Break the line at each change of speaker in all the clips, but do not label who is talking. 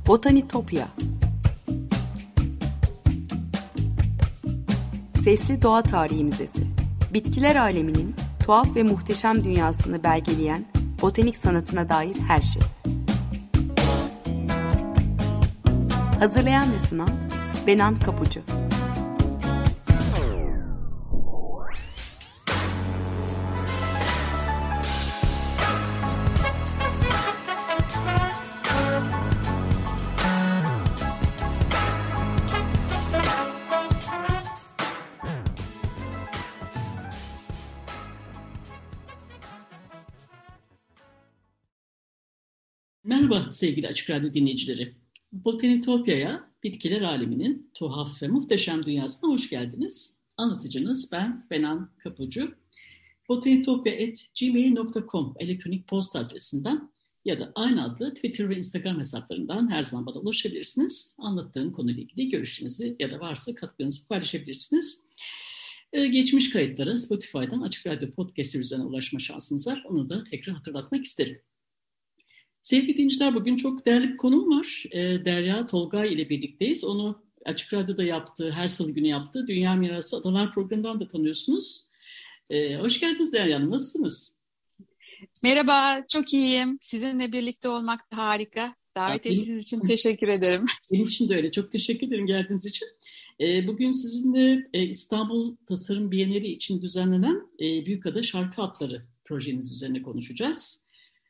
Botanitopya. Sesli Doğa Tarihi Müzesi. Bitkiler aleminin tuhaf ve muhteşem dünyasını belgeleyen botanik sanatına dair her şey. Hazırlayan ve sunan Benan Kapucu.
Merhaba sevgili Açık Radyo dinleyicileri. Botanitopya'ya, bitkiler aleminin tuhaf ve muhteşem dünyasına hoş geldiniz. Anlatıcınız ben Benan Kapucu. botanitopya@gmail.com elektronik posta adresinden ya da aynı adlı Twitter ve Instagram hesaplarından her zaman bana ulaşabilirsiniz. Anlattığım konuyla ilgili görüşlerinizi ya da varsa katkılarınızı paylaşabilirsiniz. Geçmiş kayıtlara Spotify'dan Açık Radyo Podcast'ı üzerinden ulaşma şansınız var. Onu da tekrar hatırlatmak isterim. Sevgili dinleyiciler, bugün çok değerli bir konum var. Derya Tolgay ile birlikteyiz. Onu Açık Radyo'da yaptığı, her salı günü yaptığı Dünya Mirası Adalar programından da tanıyorsunuz. Hoş geldiniz Derya Hanım, nasılsınız?
Merhaba, çok iyiyim. Sizinle birlikte olmak da harika. Davet ettiğiniz için teşekkür ederim.
Benim için de öyle. Çok teşekkür ederim geldiğiniz için. Bugün sizinle İstanbul Tasarım Bienali için düzenlenen Büyükada Şarkı Atları projeniz üzerine konuşacağız.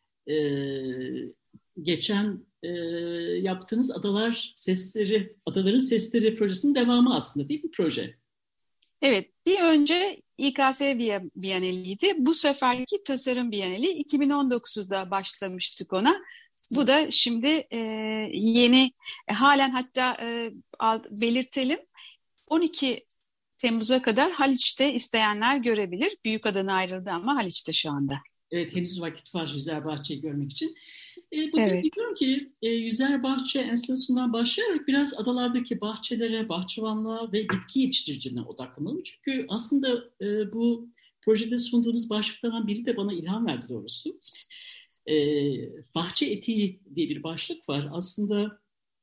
Geçen yaptığınız Adaların Sesleri projesinin devamı aslında, değil mi proje?
Evet, bir önce İKS Bienaliydi. Bu seferki Tasarım Bienali 2019'da başlamıştık ona. Bu da şimdi yeni, halen hatta belirtelim, 12 Temmuz'a kadar Haliç'te isteyenler görebilir. Büyükada'na ayrıldı ama Haliç'te şu anda.
Evet, henüz vakit var Yüzerbahçe'yi görmek için. Bugün
evet.
Biliyorum ki Yüzerbahçe enstalasyonundan başlayarak biraz adalardaki bahçelere, bahçıvanlığa ve bitki yetiştiriciliğine odaklanalım. Çünkü aslında bu projede sunduğunuz başlıklardan biri de bana ilham verdi doğrusu. Bahçe etiği diye bir başlık var. Aslında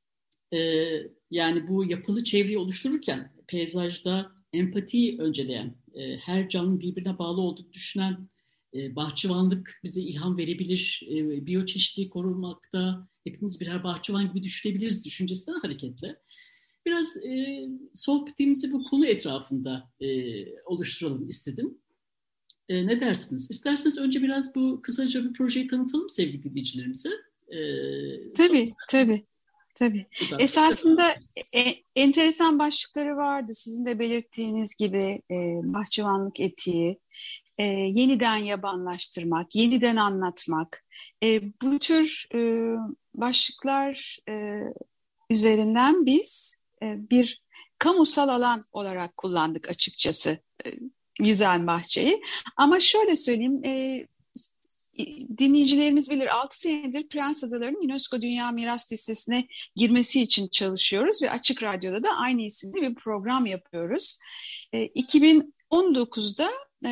yani bu yapılı çevreyi oluştururken peyzajda empatiyi önceleyen, her canlının birbirine bağlı olduğunu düşünen bahçıvanlık bize ilham verebilir, biyoçeşitliği korumakta hepimiz birer bahçıvan gibi düşünebiliriz düşüncesinden hareketle. Biraz sohbetimizi bu konu etrafında oluşturalım istedim. Ne dersiniz? İsterseniz önce biraz kısaca bir projeyi tanıtalım sevgili dinleyicilerimize.
Tabii. Esasında enteresan başlıkları vardı. Sizin de belirttiğiniz gibi bahçıvanlık etiği, yeniden yabanlaştırmak, yeniden anlatmak. Bu tür başlıklar üzerinden biz bir kamusal alan olarak kullandık açıkçası Güzel Bahçe'yi. Ama şöyle söyleyeyim, dinleyicilerimiz bilir, 6 senedir Prens Adaları'nın UNESCO Dünya Miras Listesi'ne girmesi için çalışıyoruz ve Açık Radyo'da da aynı isimli bir program yapıyoruz. 2019'da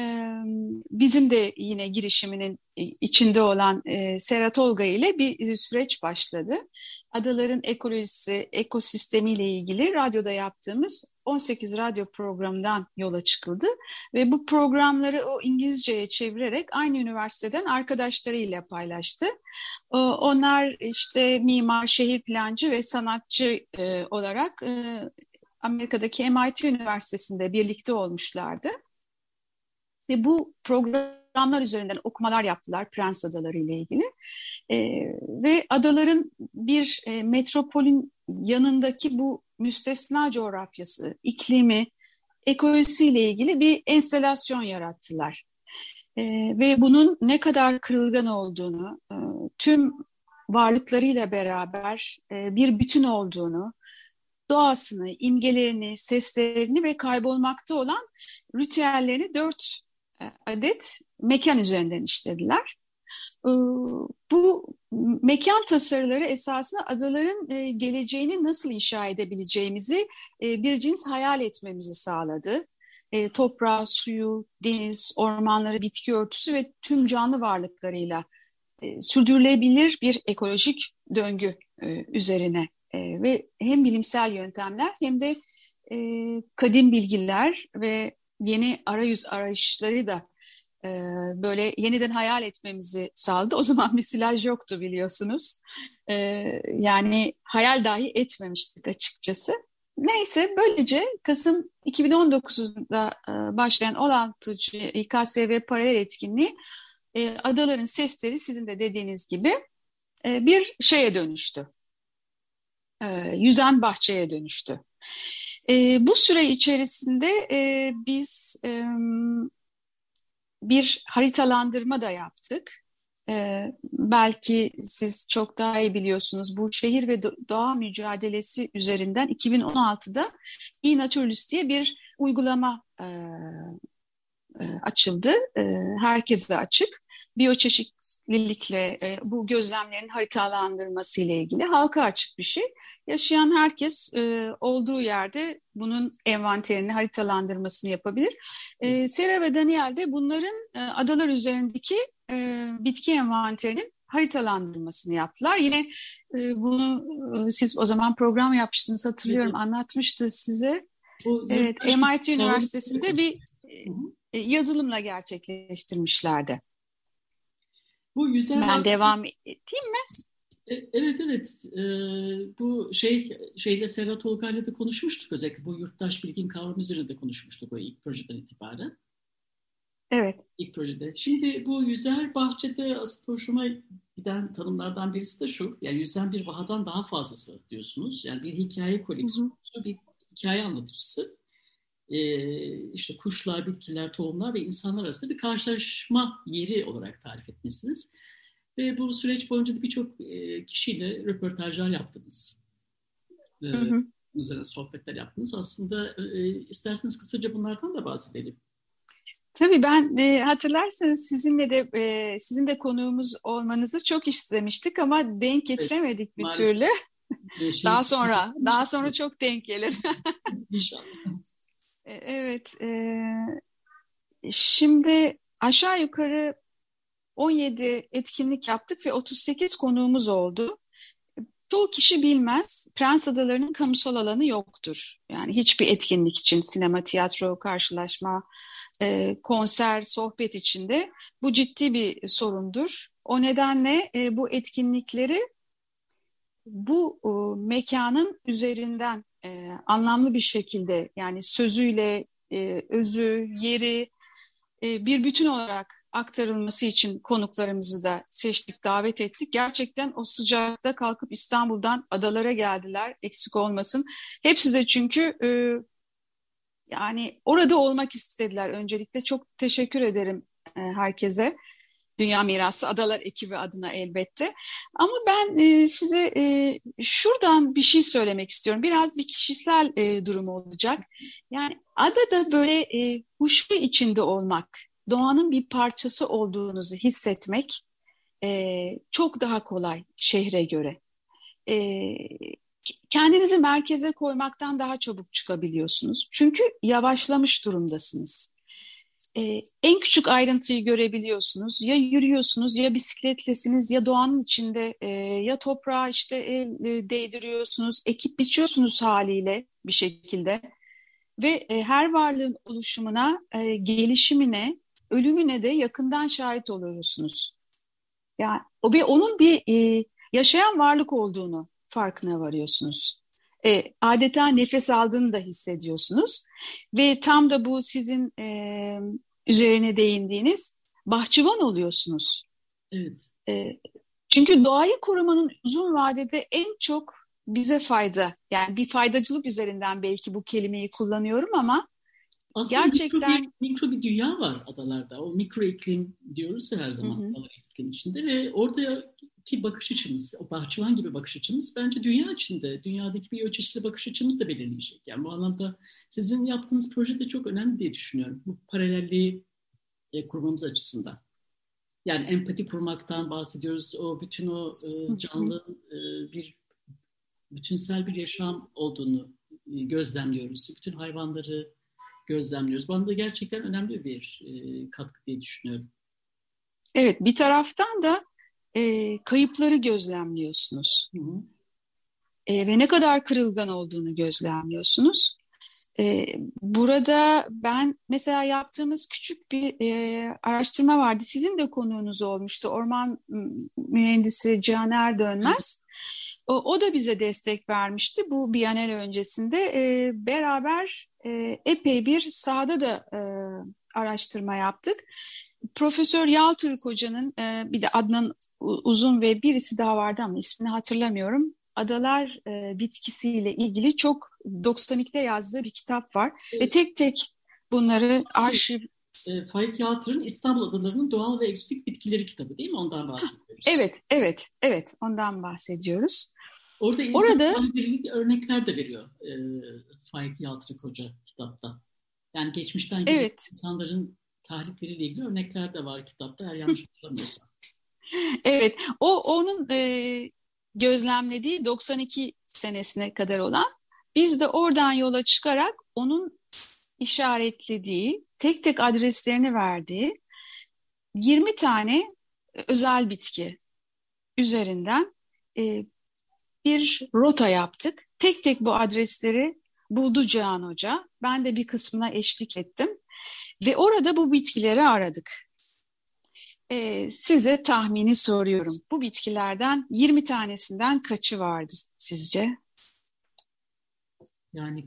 bizim de yine girişiminin içinde olan Serhat Olga ile bir süreç başladı. Adaların ekolojisi, ekosistemiyle ilgili radyoda yaptığımız 18 radyo programından yola çıkıldı ve bu programları o İngilizceye çevirerek aynı üniversiteden arkadaşlarıyla paylaştı. Onlar işte mimar, şehir plancı ve sanatçı olarak Amerika'daki MIT Üniversitesi'nde birlikte olmuşlardı. Ve bu programlar üzerinden okumalar yaptılar Prens Adaları ile ilgili. Ve adaların bir metropolün yanındaki bu müstesna coğrafyası, iklimi, ekolojisiyle ilgili bir enstalasyon yarattılar. Ve bunun ne kadar kırılgan olduğunu, tüm varlıklarıyla beraber bir bütün olduğunu, doğasını, imgelerini, seslerini ve kaybolmakta olan ritüellerini 4 adet mekan üzerinden işlediler. Bu mekan tasarıları esasında adaların geleceğini nasıl inşa edebileceğimizi bir cins hayal etmemizi sağladı. Toprağı, suyu, deniz, ormanları, bitki örtüsü ve tüm canlı varlıklarıyla sürdürülebilir bir ekolojik döngü üzerine ve hem bilimsel yöntemler hem de kadim bilgiler ve yeni arayüz arayışları da böyle yeniden hayal etmemizi sağladı. O zaman müsilaj yoktu biliyorsunuz. E, Yani hayal dahi etmemiştik açıkçası. Neyse böylece Kasım 2019'da başlayan 16. İKSV paralel etkinliği Adaların Sesleri sizin de dediğiniz gibi bir şeye dönüştü. Yüzen bahçeye dönüştü. Bu süre içerisinde biz bir haritalandırma da yaptık. Belki siz çok daha iyi biliyorsunuz. Bu şehir ve doğa mücadelesi üzerinden 2016'da e-Naturalist diye bir uygulama açıldı. Herkese açık. Biyoçeşitlilikle bu gözlemlerin haritalandırması ile ilgili halka açık bir şey. Yaşayan herkes olduğu yerde bunun envanterini, haritalandırmasını yapabilir. Sera ve Daniel de bunların adalar üzerindeki bitki envanterinin haritalandırmasını yaptılar. Yine bunu siz o zaman program yapmıştınız hatırlıyorum, anlatmıştı size. Evet, MIT Üniversitesi'nde bir yazılımla gerçekleştirmişlerdi.
Bu
ben devam edeyim mi?
Evet. Bu şeyle Serhat Tolga'yla da konuşmuştuk, özellikle bu yurttaş bilgin kavramı üzerinde konuşmuştuk o ilk projeden itibaren.
Evet.
İlk projede. Şimdi bu yüzer bahçede aslında hoşuma giden tanımlardan birisi de şu. Yani yüzen bir vahadan daha fazlası diyorsunuz. Yani bir hikaye koleksiyonu, bir hikaye anlatıcısı. İşte kuşlar, bitkiler, tohumlar ve insanlar arasında bir karşılaşma yeri olarak tarif etmişsiniz. Ve bu süreç boyunca da birçok kişiyle röportajlar yaptınız. Üzerine sohbetler yaptınız. Aslında isterseniz kısaca bunlardan da bahsedelim.
Tabii ben hatırlarsanız sizin de konuğumuz olmanızı çok istemiştik ama denk getiremedik bir türlü. Daha sonra çok denk gelir.
İnşallah.
Evet. Şimdi aşağı yukarı 17 etkinlik yaptık ve 38 konuğumuz oldu. Çoğu kişi bilmez, Prens Adaları'nın kamusal alanı yoktur. Yani hiçbir etkinlik için, sinema, tiyatro, karşılaşma, konser, sohbet içinde bu ciddi bir sorundur. O nedenle bu etkinlikleri bu mekanın üzerinden anlamlı bir şekilde, yani sözüyle, özü, yeri bir bütün olarak aktarılması için konuklarımızı da seçtik, davet ettik. Gerçekten o sıcakta kalkıp İstanbul'dan adalara geldiler, eksik olmasın. Hepsi de çünkü yani orada olmak istediler. Öncelikle çok teşekkür ederim herkese. Dünya Mirası Adalar ekibi adına elbette. Ama ben size şuradan bir şey söylemek istiyorum. Biraz bir kişisel durum olacak. Yani adada böyle huşu içinde olmak, doğanın bir parçası olduğunuzu hissetmek çok daha kolay şehre göre. Kendinizi merkeze koymaktan daha çabuk çıkabiliyorsunuz. Çünkü yavaşlamış durumdasınız. En küçük ayrıntıyı görebiliyorsunuz. Ya yürüyorsunuz, ya bisikletlesiniz, ya doğanın içinde, ya toprağa işte değdiriyorsunuz, ekip biçiyorsunuz haliyle bir şekilde. Ve her varlığın oluşumuna, gelişimine, ölümüne de yakından şahit oluyorsunuz. Yani ve onun bir yaşayan varlık olduğunu farkına varıyorsunuz. Adeta nefes aldığını da hissediyorsunuz. Ve tam da bu sizin üzerine değindiğiniz bahçıvan oluyorsunuz.
Evet.
Çünkü doğayı korumanın uzun vadede en çok bize fayda, yani bir faydacılık üzerinden belki bu kelimeyi kullanıyorum ama
aslında
gerçekten
mikro bir dünya var adalarda. O mikro iklim diyoruz ya her zaman adalar iklim içinde ve oradaki bakış açımız, o bahçıvan gibi bakış açımız bence dünya içinde, dünyadaki biyoçeşitli bakış açımız da belirleyecek. Yani bu anlamda sizin yaptığınız proje de çok önemli diye düşünüyorum. Bu paralelliği kurmamız açısından. Yani empati kurmaktan bahsediyoruz. O bütün o canlı bir bütünsel bir yaşam olduğunu gözlemliyoruz. Bütün hayvanları gözlemliyoruz. Bana da gerçekten önemli bir katkı diye düşünüyorum.
Evet, bir taraftan da kayıpları gözlemliyorsunuz. ve ne kadar kırılgan olduğunu gözlemliyorsunuz. Burada ben mesela yaptığımız küçük bir araştırma vardı. Sizin de konuğunuz olmuştu. Orman mühendisi Caner Dönmez. O da bize destek vermişti. Bu Bienal öncesinde beraber epey bir sahada da araştırma yaptık. Profesör Yaltırık Hoca'nın bir de Adnan Uzun ve birisi daha vardı ama ismini hatırlamıyorum. Adalar bitkisiyle ilgili çok 92'de yazdığı bir kitap var.
Evet.
Ve tek tek bunları arşiv...
Faik Yaltır'ın İstanbul Adaları'nın Doğal ve Egzotik Bitkileri kitabı değil mi? Ondan bahsediyoruz.
Evet, ondan bahsediyoruz.
Orada insan örnekler de veriyor Faik Yaltırık Hoca kitapta. Yani geçmişten gelen insanların tarihleriyle ilgili örnekler de var kitapta, eğer yanlış hatırlamıyorsam.
Evet, onun gözlemlediği 92 senesine kadar olan, biz de oradan yola çıkarak onun işaretlediği, tek tek adreslerini verdiği 20 tane özel bitki üzerinden bir rota yaptık. Tek tek bu adresleri buldu Cihan Hoca. Ben de bir kısmına eşlik ettim. Ve orada bu bitkileri aradık. Size tahmini soruyorum. Bu bitkilerden 20 tanesinden kaçı vardı sizce?
Yani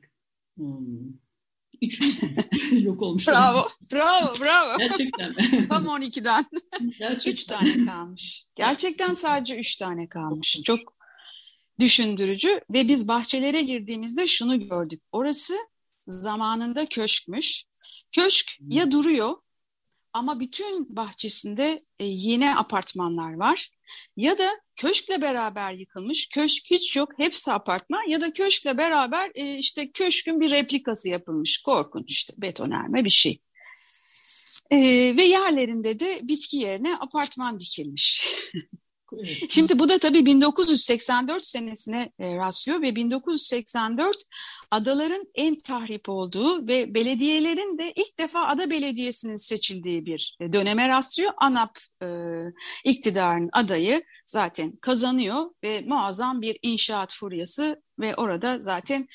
3 yok olmuş.
Bravo.
Gerçekten.
Tam 12'den.
Gerçekten.
3 tane kalmış. Gerçekten sadece 3 tane kalmış. Çok düşündürücü ve biz bahçelere girdiğimizde şunu gördük. Orası zamanında köşkmüş. Köşk ya duruyor ama bütün bahçesinde yeni apartmanlar var. Ya da köşkle beraber yıkılmış. Köşk hiç yok, hepsi apartman. Ya da köşkle beraber işte köşkün bir replikası yapılmış. Korkunç, işte betonarme bir şey. Ve yerlerinde de bitki yerine apartman dikilmiş. Şimdi bu da tabii 1984 senesine rastlıyor ve 1984 adaların en tahrip olduğu ve belediyelerin de ilk defa ada belediyesinin seçildiği bir döneme rastlıyor. ANAP iktidarın adayı zaten kazanıyor ve muazzam bir inşaat furyası ve orada zaten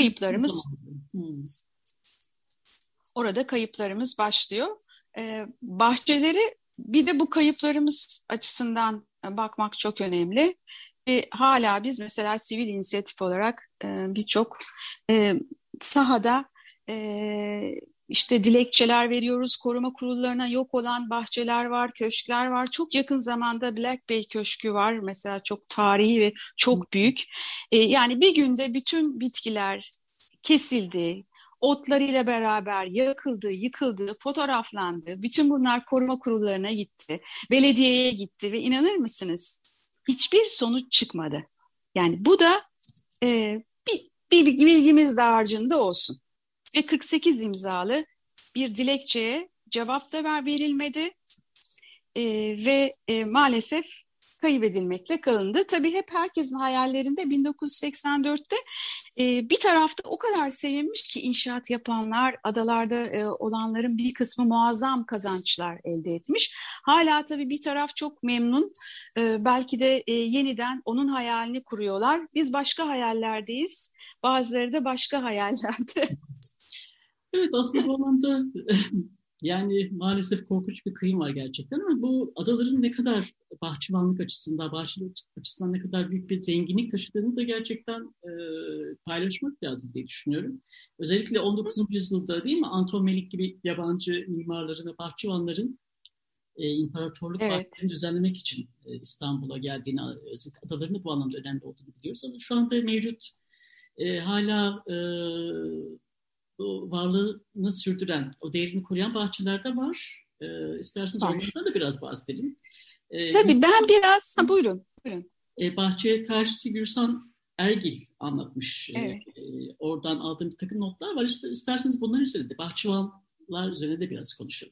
kayıplarımız başlıyor. Bahçeleri, bir de bu kayıplarımız açısından bakmak çok önemli. Hala biz mesela sivil inisiyatif olarak birçok sahada işte dilekçeler veriyoruz. Koruma kurullarına yok olan bahçeler var, köşkler var. Çok yakın zamanda Black Bay Köşkü var. Mesela çok tarihi ve çok büyük. Yani bir günde bütün bitkiler kesildi. Otlarıyla beraber yakıldı, yıkıldı, fotoğraflandı. Bütün bunlar koruma kurullarına gitti, belediyeye gitti ve inanır mısınız? Hiçbir sonuç çıkmadı. Yani bu da bir bilgimiz dağarcığında olsun. Ve 48 imzalı bir dilekçeye cevap da verilmedi ve maalesef kaybedilmekle kalındı. Tabii hep herkesin hayallerinde 1984'te bir tarafta o kadar sevinmiş ki inşaat yapanlar, adalarda olanların bir kısmı muazzam kazançlar elde etmiş. Hala tabii bir taraf çok memnun. Belki de yeniden onun hayalini kuruyorlar. Biz başka hayallerdeyiz. Bazıları da başka hayallerde.
Evet, aslında bu alanda yani maalesef korkunç bir kıyım var gerçekten, ama bu adaların ne kadar bahçıvanlık açısından, bahçecilik açısından ne kadar büyük bir zenginlik taşıdığını da gerçekten paylaşmak lazım diye düşünüyorum. Özellikle 19. yüzyılda değil mi, Anton Melik gibi yabancı mimarların ve bahçıvanların imparatorluk bahçelerini düzenlemek için İstanbul'a geldiğini, özellikle adaların bu anlamda önemli olduğunu biliyoruz. Ama şu anda mevcut hala o varlığını sürdüren, o değerini koruyan bahçelerde var. İsterseniz onlardan da biraz bahsedelim.
Tabii ben biraz, buyurun.
Bahçe tarihçisi Gürsan Ergil anlatmış.
Evet.
Oradan aldığım bir takım notlar var. İşte isterseniz bunlar üzerinde de, bahçıvanlar üzerine de biraz konuşalım.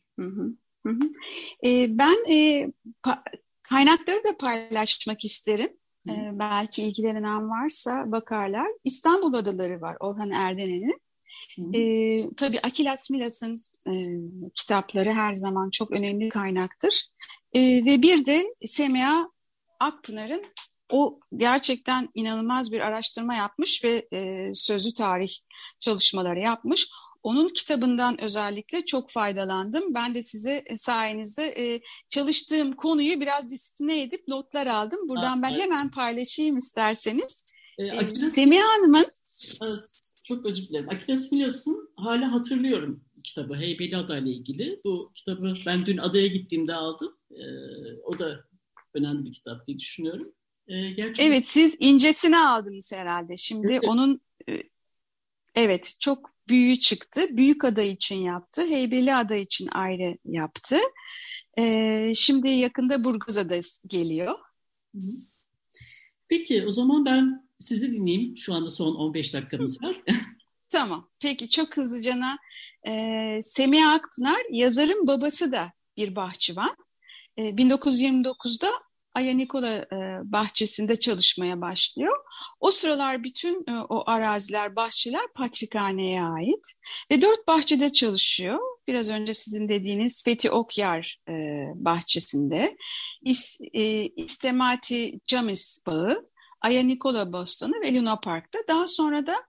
Ben kaynakları da paylaşmak isterim. Belki ilgilenen varsa bakarlar. İstanbul Adaları var, Orhan Erdenen'in. Tabii Akilas Milas'ın kitapları her zaman çok önemli kaynaktır. Ve bir de Semiha Akpınar'ın O gerçekten inanılmaz bir araştırma yapmış ve sözlü tarih çalışmaları yapmış. Onun kitabından özellikle çok faydalandım. Ben de size sayenizde çalıştığım konuyu biraz disipline edip notlar aldım. Buradan ben hemen paylaşayım isterseniz. Semiha Hanım'ın...
Çok özür dilerim. Achilles Milas'ın hala hatırlıyorum kitabı. Heybeliada ile ilgili. Bu kitabı ben dün adaya gittiğimde aldım. O da önemli bir kitap diye düşünüyorum. Gerçekten...
Evet, siz incesini aldınız herhalde. Şimdi
evet.
Onun evet çok büyüğü çıktı. Büyükada için yaptı. Heybeliada için ayrı yaptı. Şimdi yakında Burgazada geliyor.
Peki o zaman ben sizi dinleyeyim. Şu anda son 15 dakikamız var.
Tamam. Peki çok hızlıcana Semiha Akpınar yazarın babası da bir bahçıvan. 1929'da Aya Nikola bahçesinde çalışmaya başlıyor. O sıralar bütün o araziler, bahçeler Patrikhane'ye ait ve 4 bahçede çalışıyor. Biraz önce sizin dediğiniz Fethi Okyar bahçesinde, İstemati Camis Bağı, Aya Nikola Bostanı ve Luna Park'ta. Daha sonra da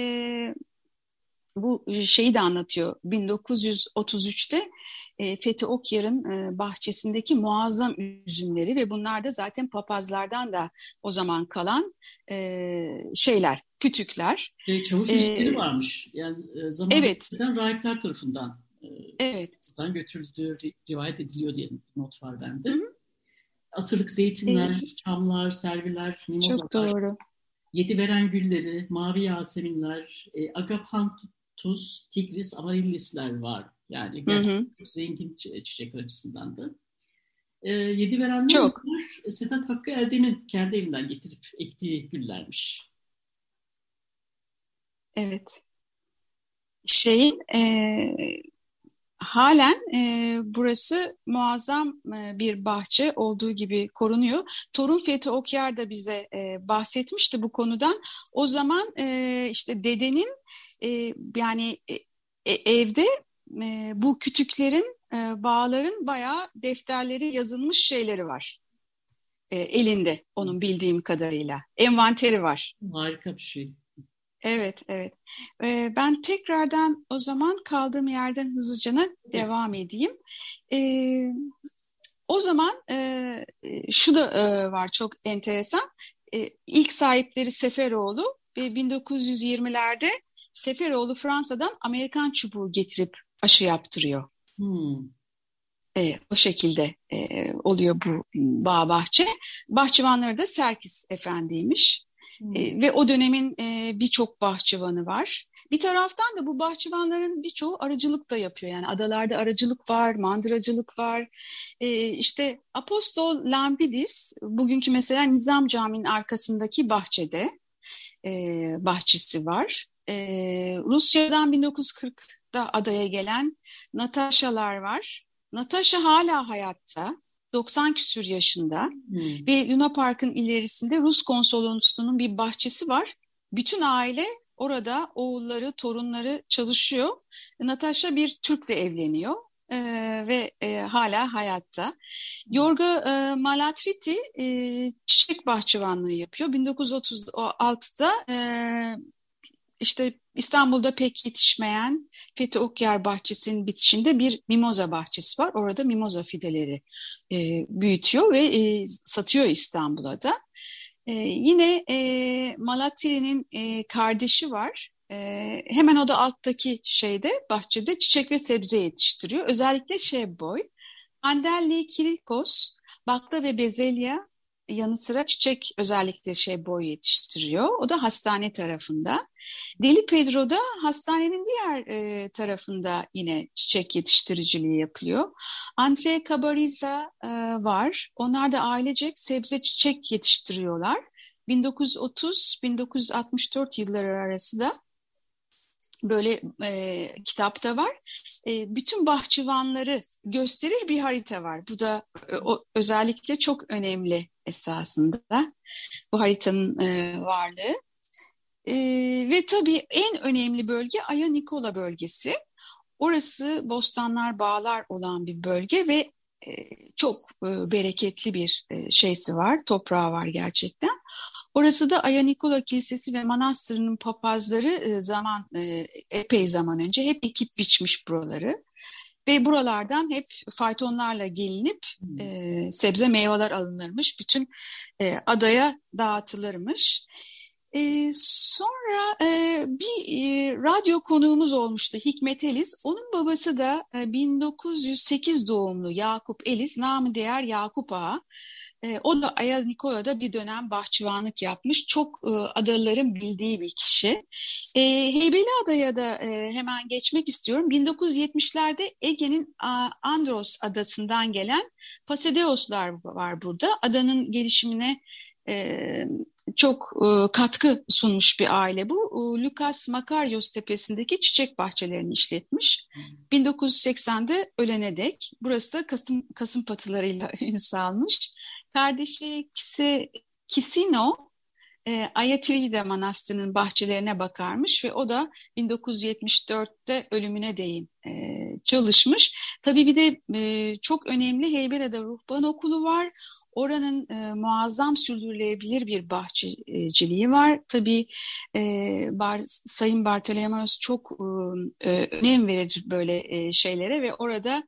bu şeyi de anlatıyor. 1933'te Fethi Okyar'ın bahçesindeki muazzam üzümleri ve bunlar da zaten papazlardan da o zaman kalan şeyler, kütükler.
Çavuş üzümleri varmış. Yani zamanında
evet.
rahipler tarafından
evet.
götürüldüğü rivayet ediliyor diye not var bende. Hı-hı. Asırlık zeytinler, çamlar, serviler, mimozalar.
Çok doğru.
Yediveren gülleri, mavi yaseminler, agapanthus, tigris, amaryllisler var. Yani gerçekten çok zengin çiçekler açısından da. Yediverenler
çok.
Sedat Hakkı Eldem'in kendi evinden getirip ektiği güllermiş.
Evet. Halen burası muazzam bir bahçe olduğu gibi korunuyor. Torun Fethi Okyar da bize bahsetmişti bu konudan. O zaman işte dedenin yani evde bu kütüklerin, bağların bayağı defterleri yazılmış şeyleri var. Elinde onun bildiğim kadarıyla. Envanteri var.
Harika bir şey.
Evet, evet. Ben tekrardan o zaman kaldığım yerden hızlıca devam edeyim. O zaman şu da var çok enteresan. İlk sahipleri Seferoğlu ve 1920'lerde Seferoğlu Fransa'dan Amerikan çubuğu getirip aşı yaptırıyor. O şekilde oluyor bu bağ bahçe. Bahçıvanları da Serkis Efendi'ymiş. Ve o dönemin birçok bahçıvanı var. Bir taraftan da bu bahçıvanların birçoğu arıcılık da yapıyor. Yani adalarda arıcılık var, mandıracılık var. İşte Apostol Lambidis, bugünkü mesela Nizam Camii'nin arkasındaki bahçede bahçesi var. Rusya'dan 1940'da adaya gelen Natasha'lar var. Natasha hala hayatta. 90 küsür yaşında ve Luna Park'ın ilerisinde Rus konsolosluğunun bir bahçesi var. Bütün aile orada, oğulları, torunları çalışıyor. Natasha bir Türk'le evleniyor ve hala hayatta. Yorga Malatriti çiçek bahçıvanlığı yapıyor. 1936'da işte İstanbul'da pek yetişmeyen Fethi Okyar bahçesinin bitişinde bir mimoza bahçesi var. Orada mimoza fideleri büyütüyor ve satıyor İstanbul'a da. Yine Malatya'nın kardeşi var. Hemen o da alttaki bahçede çiçek ve sebze yetiştiriyor. Özellikle şebboy. Anderli Kirikos, bakla ve bezelye yanı sıra çiçek özellikle şebboy yetiştiriyor. O da hastane tarafında. Deli Pedro'da hastanenin diğer tarafında yine çiçek yetiştiriciliği yapılıyor. Andre Cabariza var. Onlar da ailecek sebze çiçek yetiştiriyorlar. 1930-1964 yılları arası da böyle kitapta var. Bütün bahçıvanları gösterir bir harita var. Bu da özellikle çok önemli esasında. Bu haritanın varlığı. Ve tabii en önemli bölge Aya Nikola bölgesi. Orası bostanlar, bağlar olan bir bölge ve çok bereketli bir şeysi var, toprağı var gerçekten. Orası da Aya Nikola Kilisesi ve Manastırı'nın papazları epey zaman önce hep ekip biçmiş buraları. Ve buralardan hep faytonlarla gelinip sebze meyveler alınırmış. Bütün adaya dağıtılırmış. Sonra bir radyo konuğumuz olmuştu, Hikmet Eliz. Onun babası da 1908 doğumlu Yakup Eliz, namı diğer Yakup Ağa. O da Aya Nikola'da bir dönem bahçıvanlık yapmış. Çok adalıların bildiği bir kişi. Heybeliada'ya da hemen geçmek istiyorum. 1970'lerde Ege'nin Andros adasından gelen Pasedeoslar var burada. Adanın gelişimine çok katkı sunmuş bir aile bu. Lucas Makarios tepesindeki çiçek bahçelerini işletmiş. 1980'de ölene dek. Burası da kasım patılarıyla ün salmış. Kardeşi Kisino Ayatride Manastırı'nın bahçelerine bakarmış ve o da 1974'te ölümüne değin çalışmış. Tabii bir de çok önemli Heybeliada Ruhban Okulu var. Oranın muazzam sürdürülebilir bir bahçeciliği var. Tabii Sayın Bartolomeos çok önem verir böyle şeylere ve orada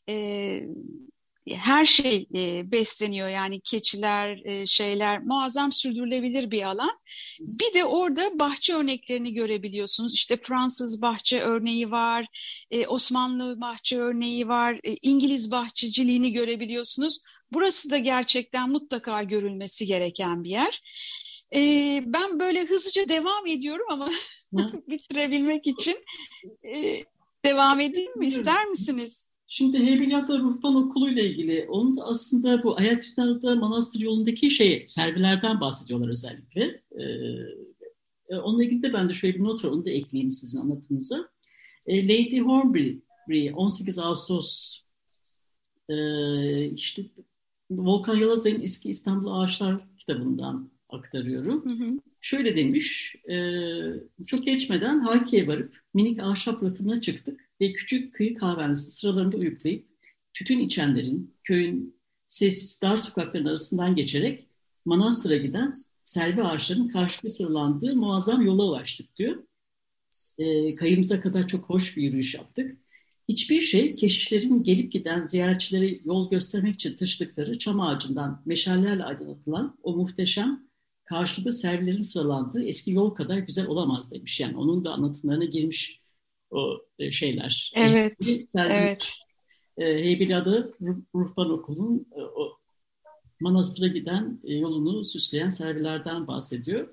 her şey besleniyor, yani keçiler, şeyler, muazzam sürdürülebilir bir alan. Bir de orada bahçe örneklerini görebiliyorsunuz. İşte Fransız bahçe örneği var, Osmanlı bahçe örneği var, İngiliz bahçeciliğini görebiliyorsunuz. Burası da gerçekten mutlaka görülmesi gereken bir yer. Ben böyle hızlıca devam ediyorum ama bitirebilmek için devam edeyim mi? İster misiniz?
Şimdi Heybeliada Ruhban Okulu ile ilgili, onun da aslında bu Ayatrida Manastır yolundaki servilerden bahsediyorlar özellikle. Onunla ilgili de ben de şöyle bir not var, onu da ekleyeyim sizin anlatımınıza. Lady Hornbury 18 Ağustos işte Volkan Yalazay'ın Eski İstanbul Ağaçlar kitabından aktarıyorum. Hı hı. Şöyle demiş, çok geçmeden Halki'ye varıp minik ahşap rafına çıktık ve küçük kıyı kahvehanesi sıralarında uyuklayıp tütün içenlerin köyün sessiz dar sokakların arasından geçerek manastıra giden selvi ağaçların karşılıklı sıralandığı muazzam yola ulaştık diyor. Kayımıza kadar çok hoş bir yürüyüş yaptık. Hiçbir şey keşişlerin gelip giden ziyaretçilere yol göstermek için taşıdıkları çam ağacından meşallerle aydınlatılan o muhteşem karşılıklı servilerin sıralandığı eski yol kadar güzel olamaz demiş. Yani onun da anlatımlarına girmiş o şeyler.
Evet, evet.
Heybeliada Ruhban Okulu'nun o manastıra giden yolunu süsleyen servilerden bahsediyor.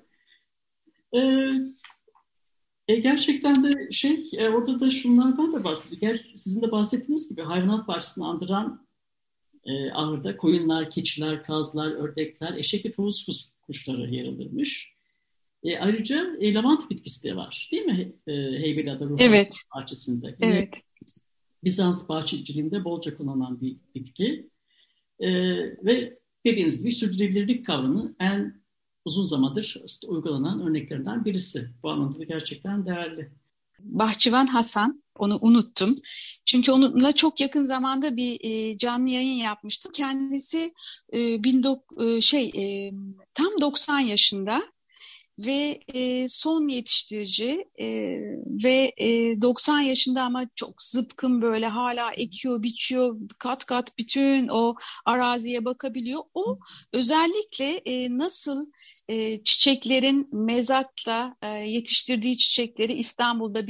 Gerçekten de orada da şunlardan da bahsediyor. Sizin de bahsettiğiniz gibi hayvanat bahçesini andıran ahırda koyunlar, keçiler, kazlar, ördekler, eşek ve tavus kuşları yer alırmış. Ayrıca lavanta bitkisi de var, değil mi Heybeliada Ruhban bahçesinde?
Evet.
Bizans bahçeciliğinde bolca kullanılan bir bitki. Ve dediğiniz gibi sürdürülebilirlik kavramı en uzun zamandır uygulanan örneklerinden birisi. Bu anlamda gerçekten değerli.
Bahçıvan Hasan, onu unuttum. Çünkü onunla çok yakın zamanda bir canlı yayın yapmıştım. Kendisi tam 90 yaşında ve son yetiştirici ve 90 yaşında ama çok zıpkın, böyle hala ekiyor, biçiyor, kat kat bütün o araziye bakabiliyor. O özellikle nasıl çiçeklerin mezatla yetiştirdiği çiçekleri İstanbul'da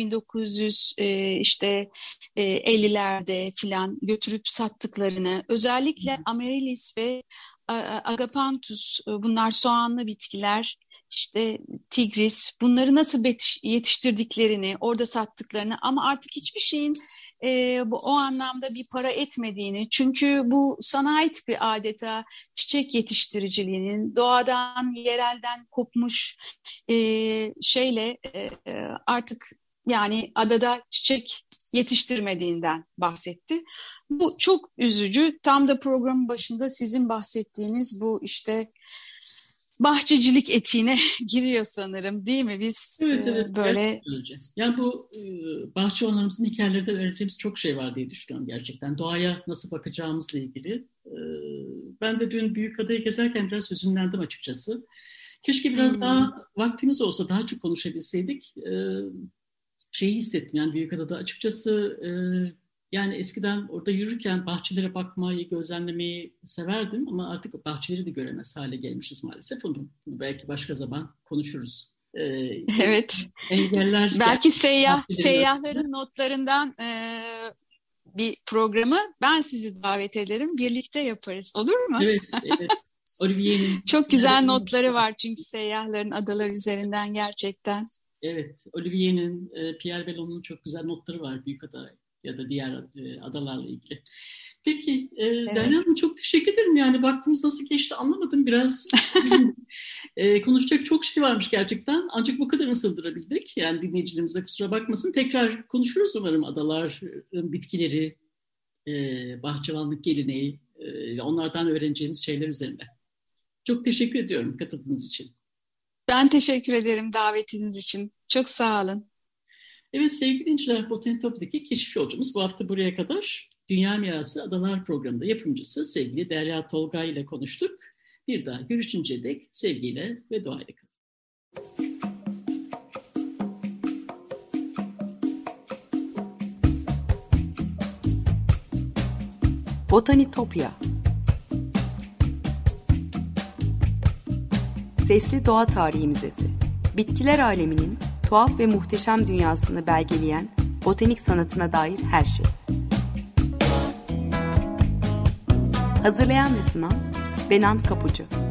1950'lerde filan götürüp sattıklarını, özellikle Amaryllis ve Agapanthus, bunlar soğanlı bitkiler, İşte tigris, bunları nasıl yetiştirdiklerini, orada sattıklarını ama artık hiçbir şeyin o anlamda bir para etmediğini, çünkü bu sana ait bir adeta çiçek yetiştiriciliğinin doğadan, yerelden kopmuş artık yani adada çiçek yetiştirmediğinden bahsetti. Bu çok üzücü. Tam da programın başında sizin bahsettiğiniz bu bahçecilik etiğine giriyor sanırım, değil mi? Biz
evet,
böyle...
Yani bu bahçe olanlarımızın hikayelerde öğreneceğimiz çok şey var diye düşünüyorum gerçekten. Doğaya nasıl bakacağımızla ilgili. Ben de dün Büyükada'yı gezerken biraz hüzünlendim açıkçası. Keşke biraz daha vaktimiz olsa, daha çok konuşabilseydik. Şeyi hissettim yani Büyükada'da açıkçası... Yani eskiden orada yürürken bahçelere bakmayı, gözlemlemeyi severdim ama artık bahçeleri de göremez hale gelmişiz maalesef. Bunu belki başka zaman konuşuruz.
Evet.
Engeller.
Belki seyyahların notlarından bir programı ben sizi davet ederim. Birlikte yaparız. Olur mu?
Evet. Olivier'in
çok güzel notları var çünkü seyyahların adalar üzerinden gerçekten.
Evet. Olivier'in, Pierre Bellon'un çok güzel notları var Büyükada ya da diğer adalarla ilgili. Peki Derya Hanım, çok teşekkür ederim. Yani vaktimiz nasıl geçti anlamadım. Biraz konuşacak çok şey varmış gerçekten. Ancak bu kadarını sığdırabildik. Yani dinleyicilerimiz de kusura bakmasın. Tekrar konuşuruz umarım adaların bitkileri, bahçıvanlık geleneği ve onlardan öğreneceğimiz şeyler üzerine. Çok teşekkür ediyorum katıldığınız için.
Ben teşekkür ederim davetiniz için. Çok sağ olun.
Evet sevgili dinleyiciler, Botanitopya'daki keşif yolcumuz bu hafta buraya kadar. Dünya Mirası Adalar programında yapımcısı sevgili Derya Tolgay ile konuştuk. Bir daha görüşünceye dek sevgiyle ve duayla kalın.
Botanitopya. Sesli Doğa Tarihi Müzesi. Bitkiler aleminin tuhaf ve muhteşem dünyasını belgeleyen botanik sanatına dair her şey. Hazırlayan ve sunan Benan Kapucu.